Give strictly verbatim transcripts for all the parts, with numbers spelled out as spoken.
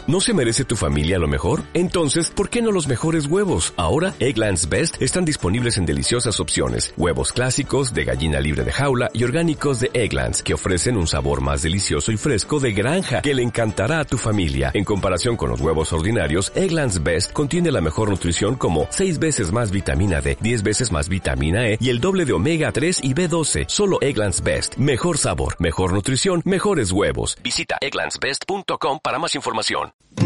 ¿No se merece tu familia lo mejor? Entonces, ¿por qué no los mejores huevos? Ahora, Eggland's Best están disponibles en deliciosas opciones. Huevos clásicos, de gallina libre de jaula y orgánicos de Eggland's, que ofrecen un sabor más delicioso y fresco de granja que le encantará a tu familia. En comparación con los huevos ordinarios, Eggland's Best contiene la mejor nutrición como seis veces más vitamina D, diez veces más vitamina E y el doble de omega tres y B doce. Solo Eggland's Best. Mejor sabor, mejor nutrición, mejores huevos. Visita egglands best punto com para más información.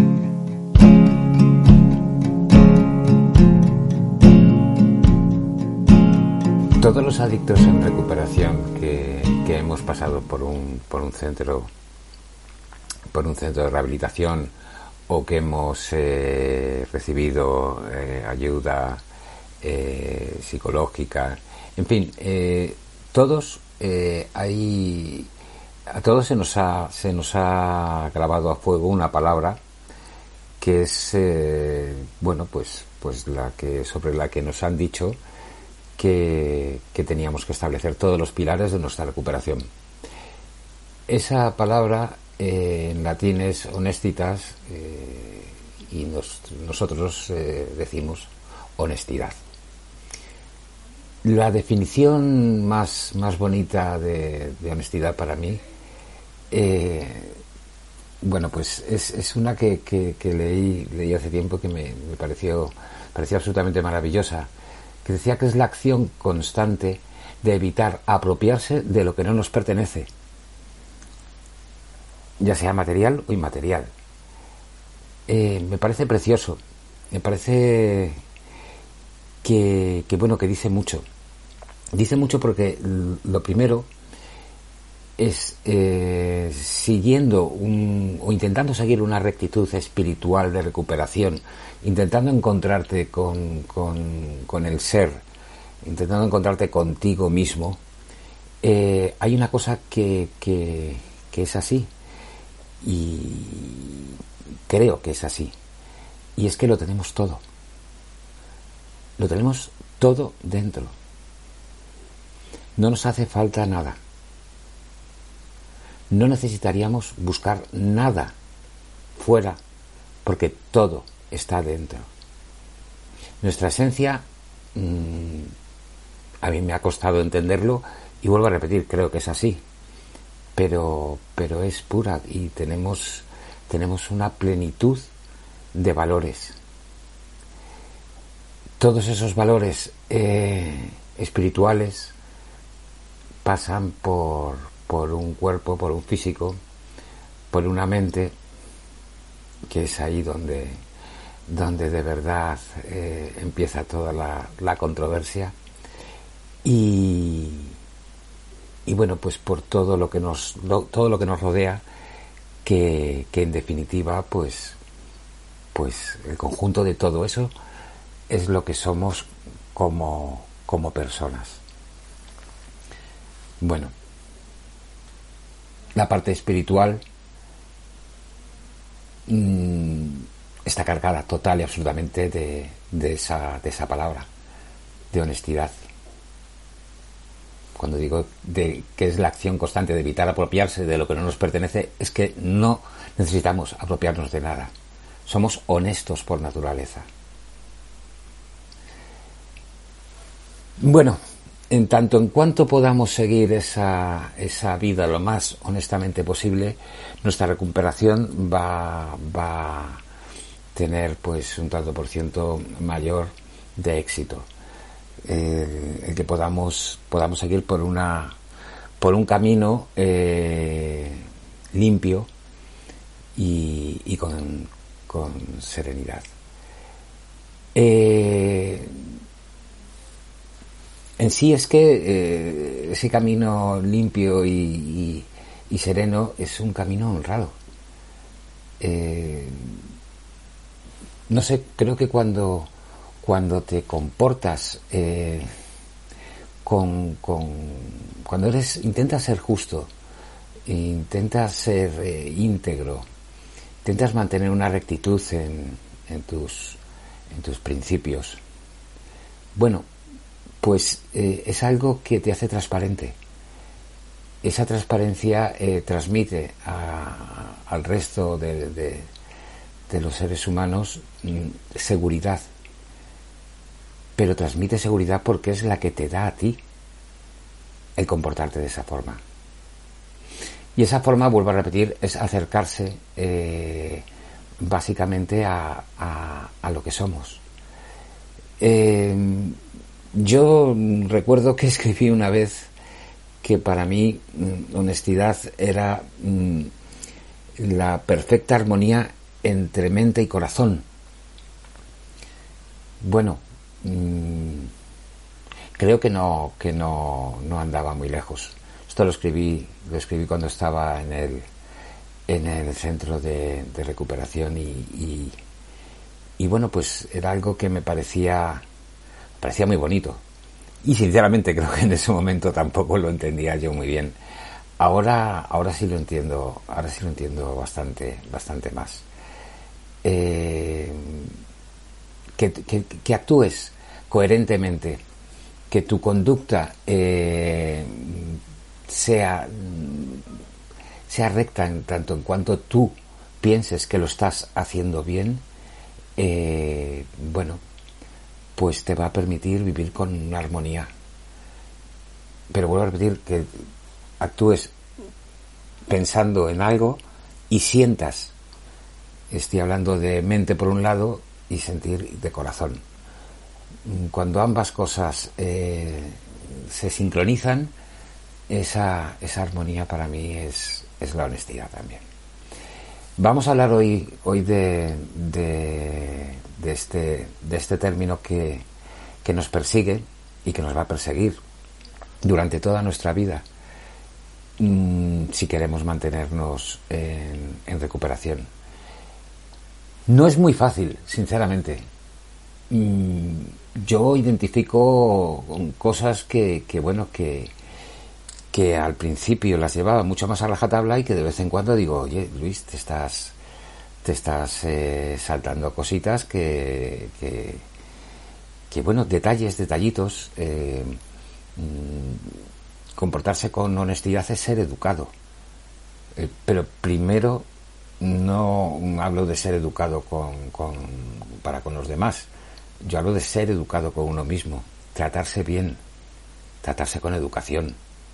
Todos los adictos en recuperación que, que hemos pasado por un, por un centro por un centro de rehabilitación o que hemos eh, recibido eh, ayuda eh, psicológica, en fin, eh, todos eh, hay a todos se nos ha se nos ha grabado a fuego una palabra que es eh, bueno pues pues la que sobre la que nos han dicho que, que teníamos que establecer todos los pilares de nuestra recuperación. Esa palabra eh, en latín es honestitas eh, y nos, nosotros eh, decimos honestidad. La definición más, más bonita de, de honestidad para mí Eh, bueno, pues es, es una que, que, que leí, leí hace tiempo que me, me pareció, pareció absolutamente maravillosa, que decía que es la acción constante de evitar apropiarse de lo que no nos pertenece, ya sea material o inmaterial. Eh, me parece precioso, me parece que, que bueno, que dice mucho. Dice mucho porque lo primero es eh, siguiendo un, o intentando seguir una rectitud espiritual de recuperación, intentando encontrarte con, con, con el ser, intentando encontrarte contigo mismo, eh, hay una cosa que, que, que es así, y creo que es así, y es que lo tenemos todo, lo tenemos todo dentro, no nos hace falta nada. No necesitaríamos buscar nada fuera porque todo está dentro. Nuestra esencia, mmm, a mí me ha costado entenderlo y vuelvo a repetir, creo que es así, pero, pero es pura y tenemos, tenemos una plenitud de valores. Todos esos valores eh, espirituales pasan por por un cuerpo, por un físico, por una mente, que es ahí donde, donde de verdad eh, empieza toda la, la controversia, y, y bueno, pues por todo lo que nos, lo, todo lo que nos rodea, que, que en definitiva, pues, pues el conjunto de todo eso es lo que somos como, como personas. Bueno, la parte espiritual mmm, está cargada total y absolutamente de, de, esa, de esa palabra, de honestidad. Cuando digo de que es la acción constante de evitar apropiarse de lo que no nos pertenece, es que no necesitamos apropiarnos de nada. Somos honestos por naturaleza. Bueno, en tanto en cuanto podamos seguir esa, esa vida lo más honestamente posible, nuestra recuperación va, va a tener pues un tanto por ciento mayor de éxito. Eh, el que podamos, podamos seguir por una por un camino eh, limpio y, y con, con serenidad. Eh, En sí es que eh, ese camino limpio y, y, y sereno es un camino honrado. Eh, no sé, creo que cuando, cuando te comportas eh, con, con cuando eres intentas ser justo, intentas ser eh, íntegro, intentas mantener una rectitud en, en tus en tus principios. Bueno, pues eh, es algo que te hace transparente. Esa transparencia eh, transmite a, al resto de, de, de los seres humanos seguridad, pero transmite seguridad porque es la que te da a ti el comportarte de esa forma. Y esa forma, vuelvo a repetir, es acercarse eh, básicamente a, a, a lo que somos. Eh, yo recuerdo que escribí una vez que para mí honestidad era mm, la perfecta armonía entre mente y corazón. Bueno, mmm, creo que no que no, no andaba muy lejos. Esto lo escribí lo escribí cuando estaba en el en el centro de, de recuperación y, y y bueno, pues era algo que me parecía parecía muy bonito. Y sinceramente creo que en ese momento tampoco lo entendía yo muy bien. Ahora, ahora sí lo entiendo, ahora sí lo entiendo bastante, bastante más. Eh, que, que, que actúes coherentemente, que tu conducta eh, sea, sea recta en tanto en cuanto tú pienses que lo estás haciendo bien, eh, bueno, pues te va a permitir vivir con una armonía. Pero vuelvo a repetir que actúes pensando en algo y sientas. Estoy hablando de mente por un lado y sentir de corazón. Cuando ambas cosas eh, se sincronizan, esa, esa armonía para mí es, es la honestidad también. Vamos a hablar hoy, hoy de, de, de, este, de este término que, que nos persigue y que nos va a perseguir durante toda nuestra vida, mmm, si queremos mantenernos en, en recuperación. No es muy fácil, sinceramente. Mm, yo identifico cosas que, que bueno, que, que al principio las llevaba mucho más a rajatabla y que de vez en cuando digo, oye, Luis, te estás, te estás eh, saltando cositas que, que, que, bueno, detalles, detallitos. Eh, mmm, comportarse con honestidad es ser educado. Eh, pero primero no hablo de ser educado con, con, para con los demás. Yo hablo de ser educado con uno mismo, tratarse bien, tratarse con educación.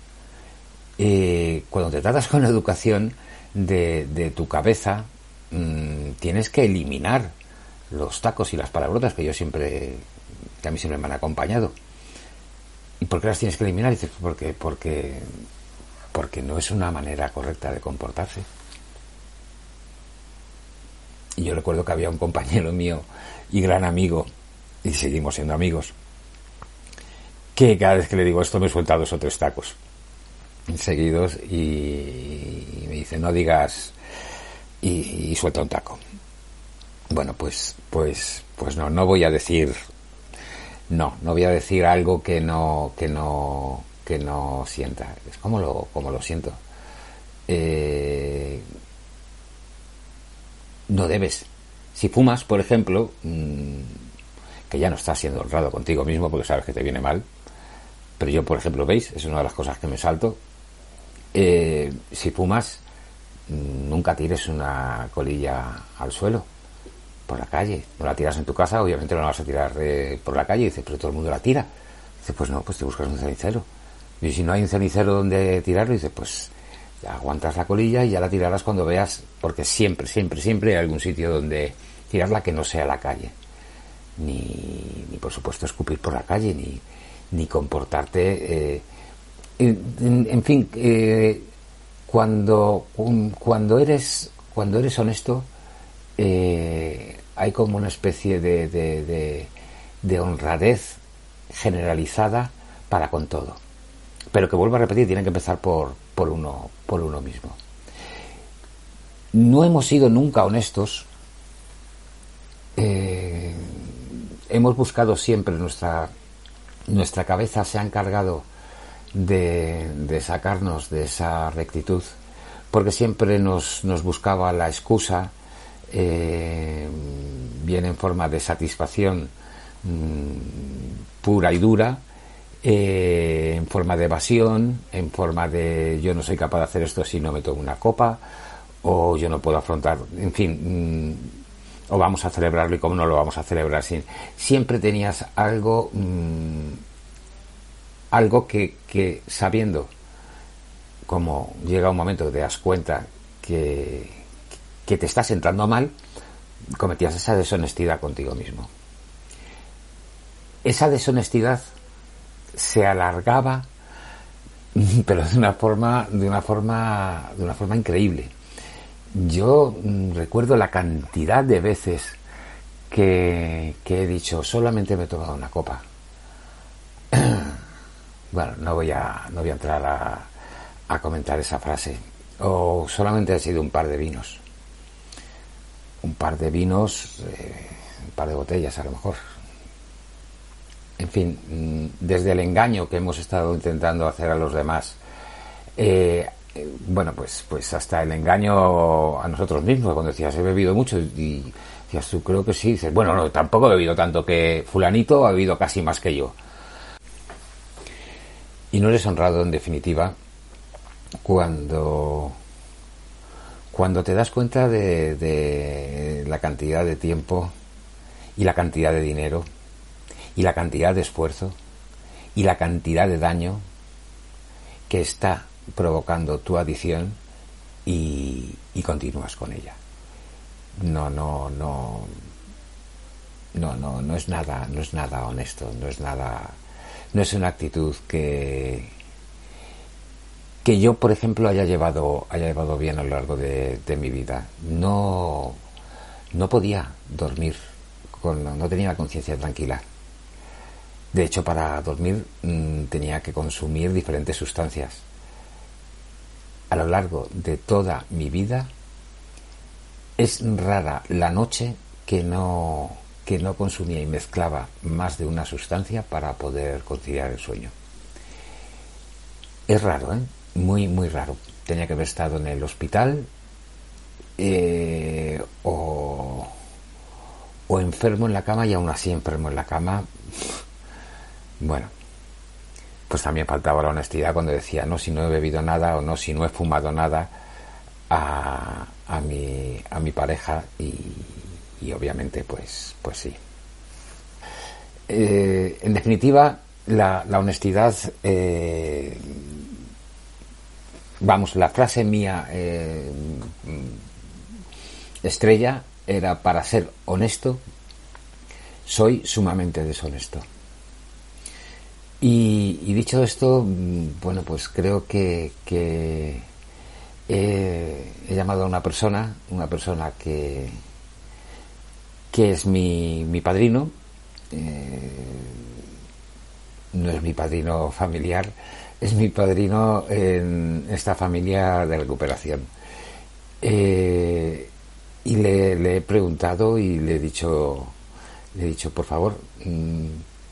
Eh, cuando te tratas con educación de, de tu cabeza, mmm, tienes que eliminar los tacos y las palabrotas que yo siempre, que a mí siempre me han acompañado. ¿Y por qué las tienes que eliminar? Dices, porque, porque, porque no es una manera correcta de comportarse. Y yo recuerdo que había un compañero mío y gran amigo, y seguimos siendo amigos, que cada vez que le digo esto me suelta dos o tres tacos seguidos y me dice, no digas, y, y suelta un taco. Bueno, pues, pues, pues no, no voy a decir, no, no voy a decir algo que no, que no, que no sienta. Es como lo, como lo siento. Eh, no debes. Si fumas, por ejemplo, mmm, que ya no estás siendo honrado contigo mismo porque sabes que te viene mal, pero yo, por ejemplo, veis, es una de las cosas que me salto. Eh, si fumas, nunca tires una colilla al suelo por la calle. No la tiras en tu casa, obviamente no la vas a tirar eh, por la calle. Dices, pero todo el mundo la tira. Dices, pues no, pues te buscas un cenicero. Y si no hay un cenicero donde tirarlo, dices, pues ya aguantas la colilla y ya la tirarás cuando veas, porque siempre, siempre, siempre hay algún sitio donde tirarla que no sea la calle. Ni, ni por supuesto escupir por la calle, ni, ni comportarte... Eh, en, en fin, eh, cuando, un, cuando eres cuando eres honesto, eh, hay como una especie de, de, de, de honradez generalizada para con todo. Pero que vuelvo a repetir, tiene que empezar por, por, uno, por uno mismo. No hemos sido nunca honestos. Eh, hemos buscado siempre, nuestra, nuestra cabeza se ha encargado de, de sacarnos de esa rectitud, porque siempre nos, nos buscaba la excusa, eh, bien en forma de satisfacción mmm, pura y dura, eh, en forma de evasión, en forma de yo no soy capaz de hacer esto si no me tomo una copa, o yo no puedo afrontar, en fin, mmm, o vamos a celebrarlo y cómo no lo vamos a celebrar sin. Siempre tenías algo, mmm, algo que, que sabiendo, como llega un momento que te das cuenta que, que te estás entrando mal, cometías esa deshonestidad contigo mismo. Esa deshonestidad se alargaba, pero de una forma, de una forma, de una forma increíble. Yo mmm, recuerdo la cantidad de veces que, que he dicho, solamente me he tomado una copa. Bueno, no voy a, no voy a entrar a, a comentar esa frase. O solamente ha sido un par de vinos. Un par de vinos, eh, un par de botellas a lo mejor. En fin, desde el engaño que hemos estado intentando hacer a los demás, eh, bueno, pues, pues hasta el engaño a nosotros mismos, cuando decías, he bebido mucho, y decías, tú creo que sí, dices, bueno, no, tampoco he bebido tanto, que fulanito ha bebido casi más que yo. Y no eres honrado, en definitiva, cuando, cuando te das cuenta de, de la cantidad de tiempo y la cantidad de dinero y la cantidad de esfuerzo y la cantidad de daño que está provocando tu adicción y, y continúas con ella. No, no, no, no, no, no es nada, no es nada honesto, no es nada, no es una actitud que que yo, por ejemplo, haya llevado, haya llevado bien a lo largo de, de mi vida. No, no podía dormir, con, no tenía la conciencia tranquila. De hecho, para dormir mmm, tenía que consumir diferentes sustancias. A lo largo de toda mi vida es rara la noche que no, que no consumía y mezclaba más de una sustancia para poder conciliar el sueño. Es raro, ¿eh? Muy, muy raro. Tenía que haber estado en el hospital eh, o, o enfermo en la cama, y aún así enfermo en la cama. Bueno, pues también faltaba la honestidad cuando decía, no, si no he bebido nada, o no, si no he fumado nada a, a, mi, a mi pareja, y, y obviamente pues, pues sí. Eh, en definitiva, la, la honestidad... Eh, Vamos, la frase mía eh, estrella era, para ser honesto, soy sumamente deshonesto. Y, y dicho esto, bueno, pues creo que, que he, he llamado a una persona, una persona que, que es mi, mi padrino, eh, no es mi padrino familiar, es mi padrino en esta familia de recuperación. Eh, y le, le he preguntado y le he dicho, le he dicho, por favor, mmm,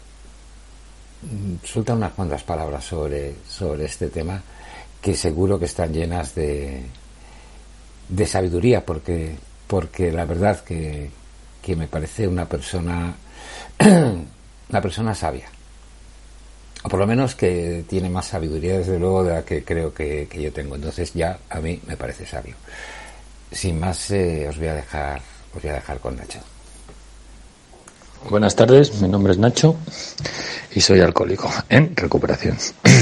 suelta unas cuantas palabras sobre, sobre este tema, que seguro que están llenas de, de sabiduría, porque, porque la verdad que, que me parece una persona, una persona sabia. O por lo menos que tiene más sabiduría, desde luego, de la que creo que, que yo tengo. Entonces ya a mí me parece sabio. Sin más, eh, os voy a dejar, os voy a dejar con Nacho. Buenas tardes, mi nombre es Nacho y soy alcohólico en recuperación.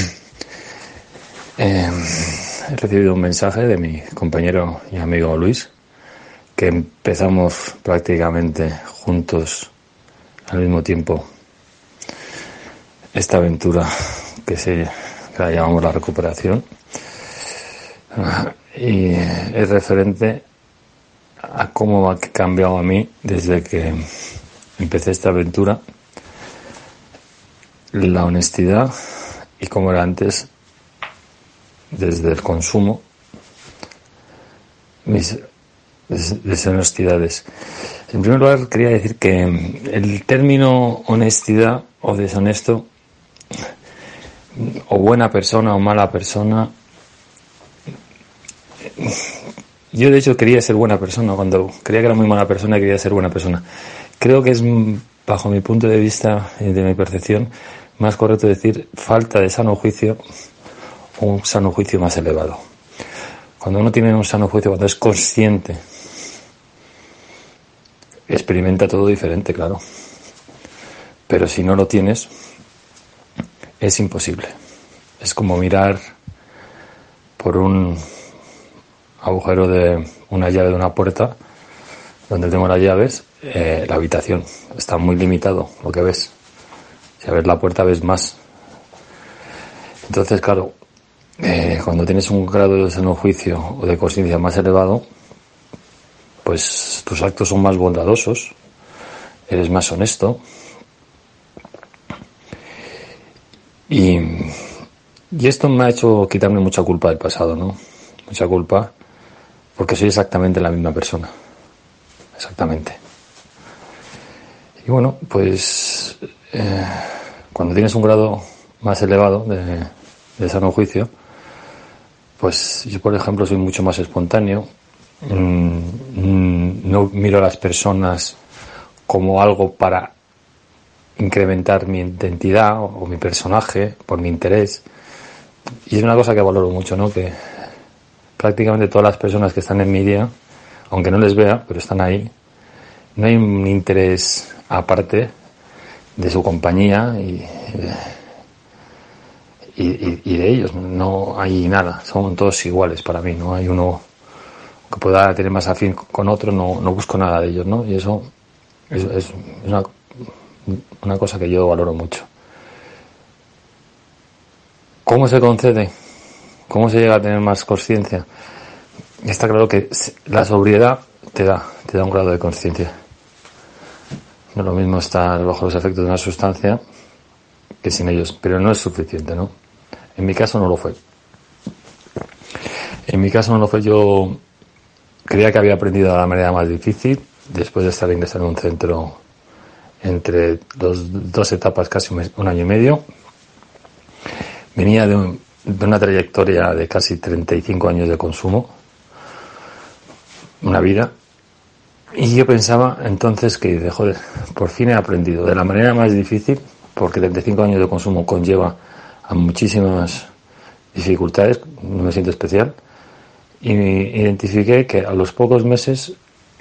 eh, he recibido un mensaje de mi compañero y amigo Luis, que empezamos prácticamente juntos al mismo tiempo esta aventura que se que la llamamos la recuperación, y es referente a cómo ha cambiado a mí desde que empecé esta aventura, la honestidad, y cómo era antes desde el consumo, mis deshonestidades. En primer lugar, quería decir que el término honestidad o deshonesto, o buena persona o mala persona, yo de hecho quería ser buena persona. Cuando creía que era muy mala persona, quería ser buena persona. Creo que es, bajo mi punto de vista y de mi percepción, más correcto decir falta de sano juicio, o un sano juicio más elevado. Cuando uno tiene un sano juicio, cuando es consciente experimenta todo diferente, claro. Pero si no lo tienes, es imposible. Es como mirar por un agujero de una llave de una puerta, donde tengo las llaves, eh, la habitación. Está muy limitado lo que ves. Si abres la puerta ves más. Entonces, claro, eh, cuando tienes un grado de sano juicio o de conciencia más elevado, pues tus actos son más bondadosos, eres más honesto. Y, y esto me ha hecho quitarme mucha culpa del pasado, ¿no? Mucha culpa, porque soy exactamente la misma persona. Exactamente. Y bueno, pues eh, cuando tienes un grado más elevado de, de sano juicio, pues yo, por ejemplo, soy mucho más espontáneo. Mm, mm, no miro a las personas como algo para incrementar mi identidad o, o mi personaje por mi interés. Y es una cosa que valoro mucho, ¿no? Que prácticamente todas las personas que están en mi día, aunque no les vea, pero están ahí, no hay un interés aparte de su compañía y, y, y de ellos. No hay nada, son todos iguales para mí. No hay uno que pueda tener más afín con otro, no, no busco nada de ellos, ¿no? Y eso es, es una, una cosa que yo valoro mucho. ¿Cómo se concede? ¿Cómo se llega a tener más conciencia? Está claro que la sobriedad te da, te da un grado de conciencia. No es lo mismo estar bajo los efectos de una sustancia que sin ellos, pero no es suficiente, ¿no? En mi caso no lo fue. En mi caso no lo fue. Yo creía que había aprendido de la manera más difícil, después de estar ingresado en un centro entre dos, dos etapas, casi un, mes, un año y medio. Venía de, un, de una trayectoria de casi treinta y cinco años de consumo, una vida, y yo pensaba entonces que, joder, por fin he aprendido de la manera más difícil, porque treinta y cinco años de consumo conlleva a muchísimas dificultades, no me siento especial, y identifiqué que a los pocos meses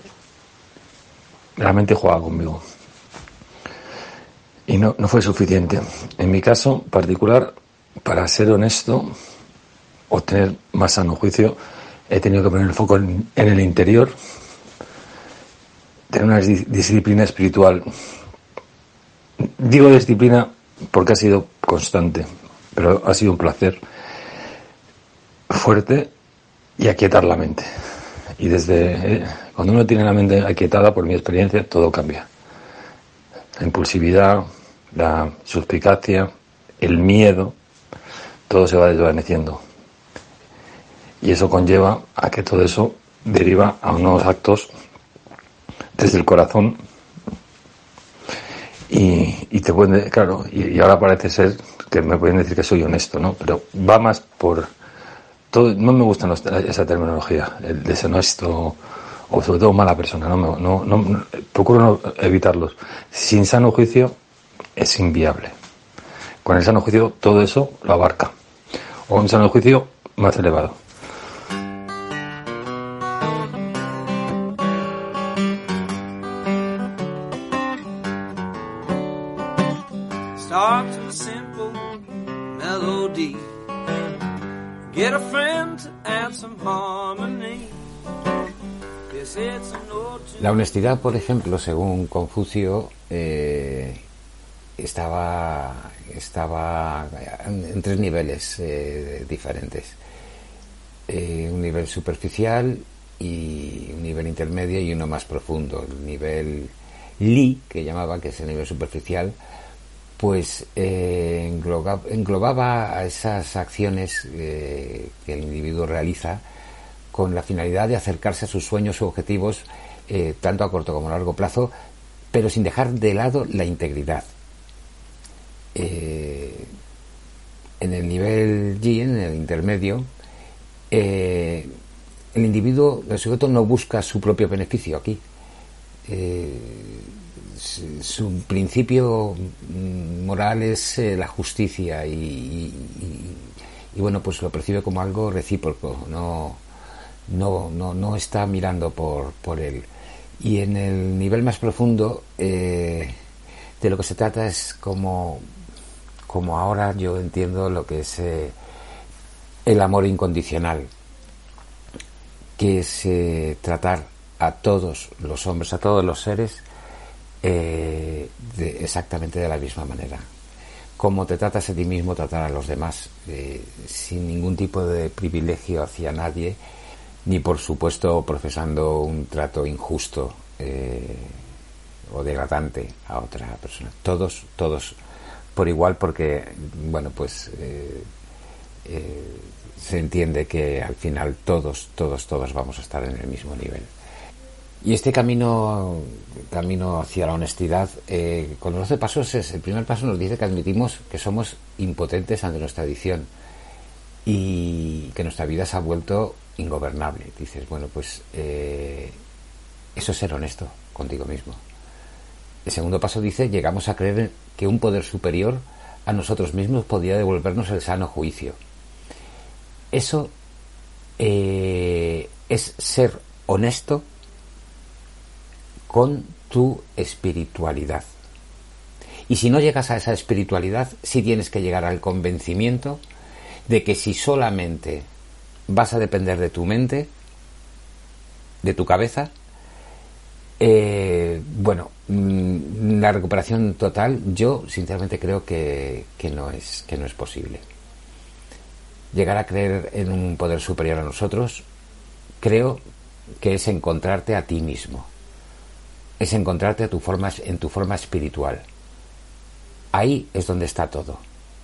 la mente jugaba conmigo. Y no, no fue suficiente. En mi caso particular, para ser honesto o tener más sano juicio, he tenido que poner el foco en, en el interior, tener una disciplina espiritual. Digo disciplina porque ha sido constante, pero ha sido un placer fuerte, y aquietar la mente. Y desde eh, cuando uno tiene la mente aquietada, por mi experiencia, todo cambia. La impulsividad, la suspicacia, el miedo, todo se va desvaneciendo. Y eso conlleva a que todo eso deriva a unos actos desde el corazón. Y, y te pueden, claro, y, y ahora parece ser que me pueden decir que soy honesto, ¿no? Pero va más por todo. No me gusta esa terminología, el deshonesto o sobre todo mala persona. No, me, no, no procuro no evitarlos. Sin sano juicio es inviable. Con el sano juicio todo eso lo abarca. O un sano juicio más elevado. Start to a simple melody. Get a friend to add some harmony. La honestidad, por ejemplo, según Confucio, eh, estaba, estaba en tres niveles eh, diferentes. Eh, un nivel superficial y un nivel intermedio y uno más profundo. El nivel Li, que llamaba, que es el nivel superficial, pues eh, englobaba, englobaba a esas acciones eh, que el individuo realiza con la finalidad de acercarse a sus sueños u objetivos, eh, tanto a corto como a largo plazo, pero sin dejar de lado la integridad. Eh, en el nivel Yi, en el intermedio, eh, el individuo, el sujeto no busca su propio beneficio aquí. Eh, su principio moral es eh, la justicia y, y, y, y bueno, pues lo percibe como algo recíproco, no no no no está mirando por por él. Y en el nivel más profundo, eh, de lo que se trata es como, como ahora yo entiendo lo que es eh, el amor incondicional, que es eh, tratar a todos los hombres, a todos los seres, eh, de, exactamente de la misma manera. Como te tratas a ti mismo, tratar a los demás, eh, sin ningún tipo de privilegio hacia nadie, ni por supuesto profesando un trato injusto eh, o degradante a otra persona. Todos, todos por igual, porque, bueno, pues eh, eh, se entiende que al final todos, todos, todos vamos a estar en el mismo nivel. Y este camino camino hacia la honestidad, eh, con los doce pasos, es, el primer paso nos dice que admitimos que somos impotentes ante nuestra adicción y que nuestra vida se ha vuelto ingobernable. Dices, bueno, pues eh, eso es ser honesto contigo mismo. El segundo paso dice, llegamos a creer que un poder superior a nosotros mismos podría devolvernos el sano juicio. Eso eh, es ser honesto con tu espiritualidad. Y si no llegas a esa espiritualidad, sí tienes que llegar al convencimiento de que si solamente vas a depender de tu mente, de tu cabeza, eh, bueno, mmm, la recuperación total, yo sinceramente creo que, que no es, que no es posible. Llegar a creer en un poder superior a nosotros, creo que es encontrarte a ti mismo. Es encontrarte a tu forma, en tu forma espiritual. Ahí es donde está todo.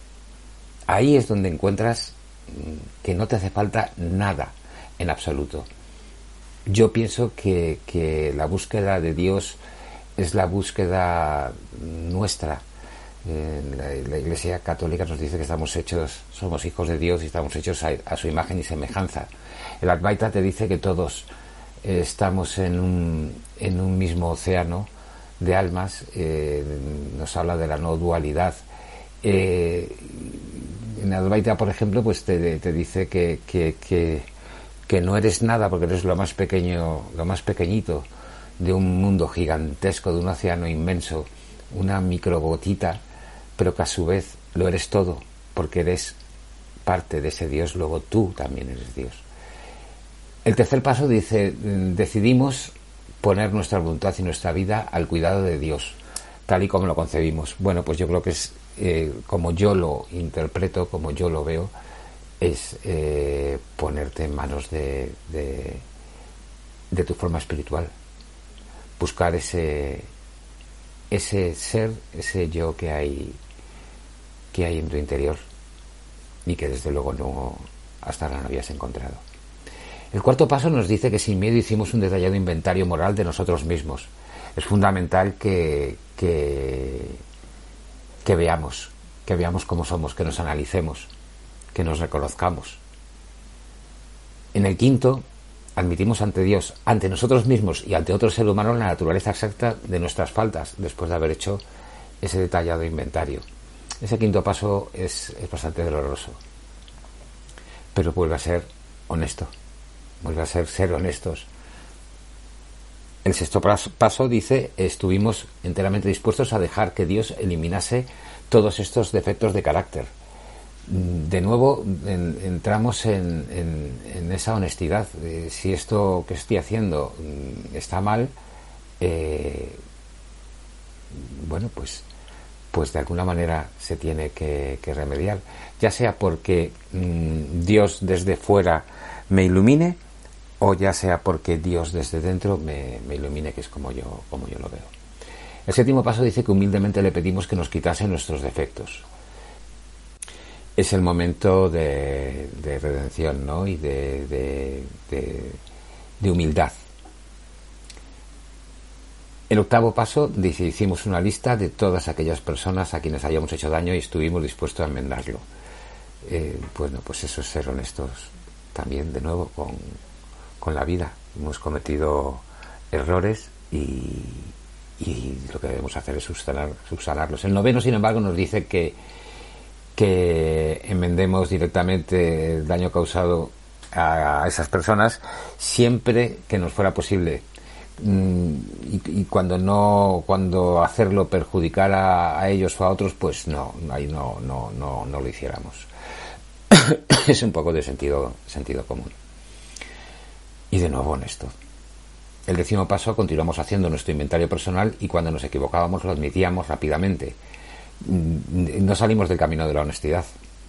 Ahí es donde encuentras que no te hace falta nada en absoluto. Yo pienso que, que la búsqueda de Dios es la búsqueda nuestra. Eh, la, la Iglesia Católica nos dice que estamos hechos, somos hijos de Dios y estamos hechos a, a su imagen y semejanza. El Advaita te dice que todos eh, estamos en un, en un mismo océano de almas, eh, nos habla de la no dualidad. Eh, en Advaita, por ejemplo, pues te, te dice que, que, que, que no eres nada porque eres lo más pequeño, lo más pequeñito de un mundo gigantesco, de un océano inmenso, una microgotita, pero que a su vez lo eres todo, porque eres parte de ese Dios, luego tú también eres Dios. El tercer paso dice, decidimos poner nuestra voluntad y nuestra vida al cuidado de Dios, tal y como lo concebimos. Bueno, pues yo creo que es, eh, como yo lo interpreto, como yo lo veo, es eh, ponerte en manos de, de, de tu forma espiritual. Buscar ese, ese ser, ese yo que hay, que hay en tu interior y que desde luego no, hasta ahora no habías encontrado. El cuarto paso nos dice que sin miedo hicimos un detallado inventario moral de nosotros mismos. Es fundamental que, que, que veamos, que veamos cómo somos, que nos analicemos, que nos reconozcamos. En el quinto, admitimos ante Dios, ante nosotros mismos y ante otro ser humano la naturaleza exacta de nuestras faltas, después de haber hecho ese detallado inventario. Ese quinto paso es, es bastante doloroso, pero vuelve a ser honesto. Vuelve a ser ser honestos. El sexto paso dice, estuvimos enteramente dispuestos a dejar que Dios eliminase todos estos defectos de carácter. De nuevo en, entramos en, en, en esa honestidad. Eh, si esto que estoy haciendo está mal, eh, bueno, pues, pues de alguna manera se tiene que, que remediar. Ya sea porque mmm, Dios desde fuera me ilumine, o ya sea porque Dios desde dentro me, me ilumine, que es como yo, como yo lo veo. El séptimo paso dice que humildemente le pedimos que nos quitase nuestros defectos. Es el momento de, de redención, ¿no? Y de, de, de, de humildad. El octavo paso dice, hicimos una lista de todas aquellas personas a quienes hayamos hecho daño y estuvimos dispuestos a enmendarlo. Eh, bueno, pues eso es ser honestos también, de nuevo, con con la vida. Hemos cometido errores y, y lo que debemos hacer es subsanar, subsanarlos. El noveno, sin embargo, nos dice que, que enmendemos directamente el daño causado a esas personas siempre que nos fuera posible, y, y cuando no cuando hacerlo perjudicara a ellos o a otros, pues no, ahí no no no no lo hiciéramos. Es un poco de sentido sentido común. Y de nuevo honesto. El décimo paso: continuamos haciendo nuestro inventario personal y cuando nos equivocábamos lo admitíamos rápidamente. No salimos del camino de la honestidad.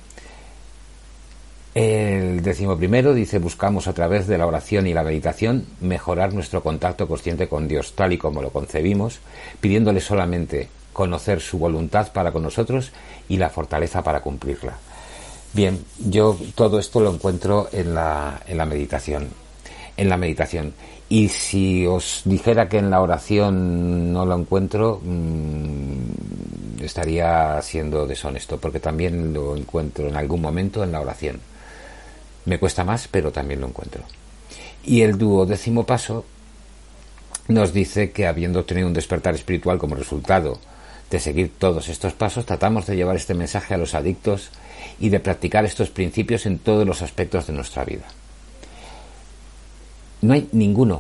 El décimo primero dice: buscamos a través de la oración y la meditación mejorar nuestro contacto consciente con Dios tal y como lo concebimos, pidiéndole solamente conocer su voluntad para con nosotros y la fortaleza para cumplirla. Bien, yo todo esto lo encuentro en la, en la meditación. En la meditación. Y si os dijera que en la oración no lo encuentro, mmm, estaría siendo deshonesto, porque también lo encuentro en algún momento en la oración. Me cuesta más, pero también lo encuentro. Y el duodécimo paso nos dice que, habiendo obtenido un despertar espiritual como resultado de seguir todos estos pasos, tratamos de llevar este mensaje a los adictos y de practicar estos principios en todos los aspectos de nuestra vida. No hay ninguno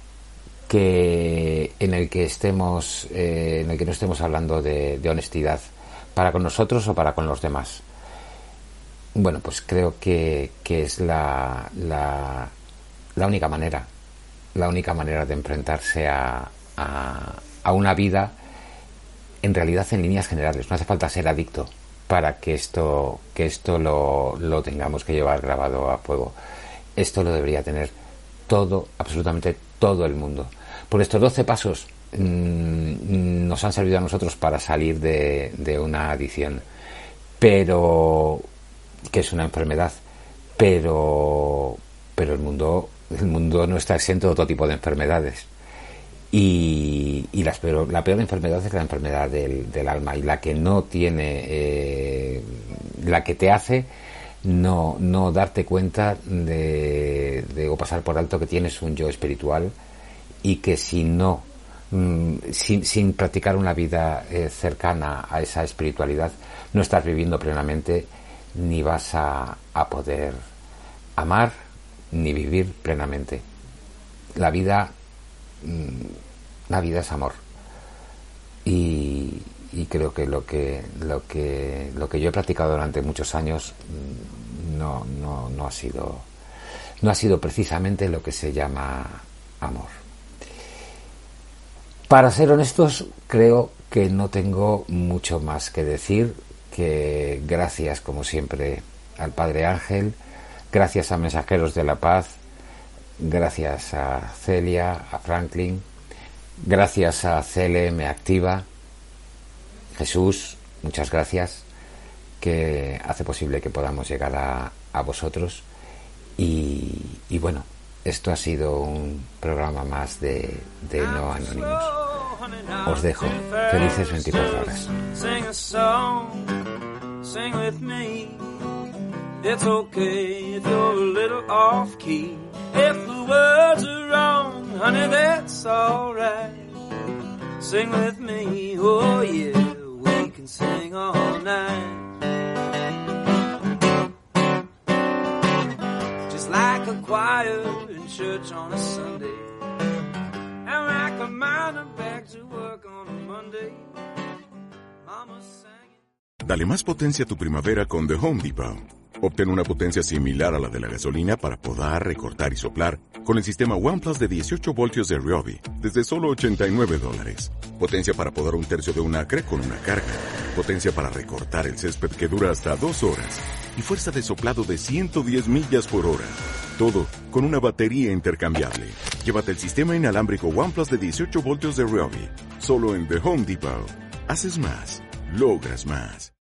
que en el que estemos eh, en el que no estemos hablando de, de honestidad para con nosotros o para con los demás. Bueno, pues creo que, que es la, la la única manera la única manera de enfrentarse a, a, a una vida, en realidad, en líneas generales. No hace falta ser adicto para que esto que esto lo, lo tengamos que llevar grabado a fuego. Esto lo debería tener todo, absolutamente todo el mundo. Por estos doce pasos mmm, nos han servido a nosotros para salir de, de una adicción, pero que es una enfermedad, pero pero el mundo el mundo no está exento de otro tipo de enfermedades, y, y las peor, la peor enfermedad es la enfermedad del, del alma, y la que no tiene eh, la que te hace no no darte cuenta de, de o pasar por alto que tienes un yo espiritual, y que si no mmm, sin, sin practicar una vida eh, cercana a esa espiritualidad no estás viviendo plenamente, ni vas a, a poder amar ni vivir plenamente. La vida mmm, la vida es amor, y y creo que lo que lo que lo que yo he practicado durante muchos años no no no ha sido no ha sido precisamente lo que se llama amor. Para ser honestos, creo que no tengo mucho más que decir, que gracias como siempre al Padre Ángel, gracias a Mensajeros de la Paz, gracias a Celia, a Franklin, gracias a C L M Activa, Jesús, muchas gracias, que hace posible que podamos llegar a, a vosotros. Y, y bueno, esto ha sido un programa más de, de No Anónimos. Os dejo. Felices veinticuatro horas. Sing a song, sing with me. It's okay if you're a little off key. If the words are wrong, honey, that's alright. Sing with me, oh yeah, we can sing all night. Just like a choir in church on a Sunday, and like a miner back to work on a Monday. Mama sang. Dale más potencia a tu primavera con The Home Depot. Obtén una potencia similar a la de la gasolina para podar, recortar y soplar con el sistema OnePlus de dieciocho voltios de Ryobi desde solo ochenta y nueve dólares. Potencia para podar un tercio de un acre con una carga. Potencia para recortar el césped que dura hasta dos horas. Y fuerza de soplado de ciento diez millas por hora. Todo con una batería intercambiable. Llévate el sistema inalámbrico OnePlus de dieciocho voltios de Ryobi. Solo en The Home Depot. Haces más. Logras más.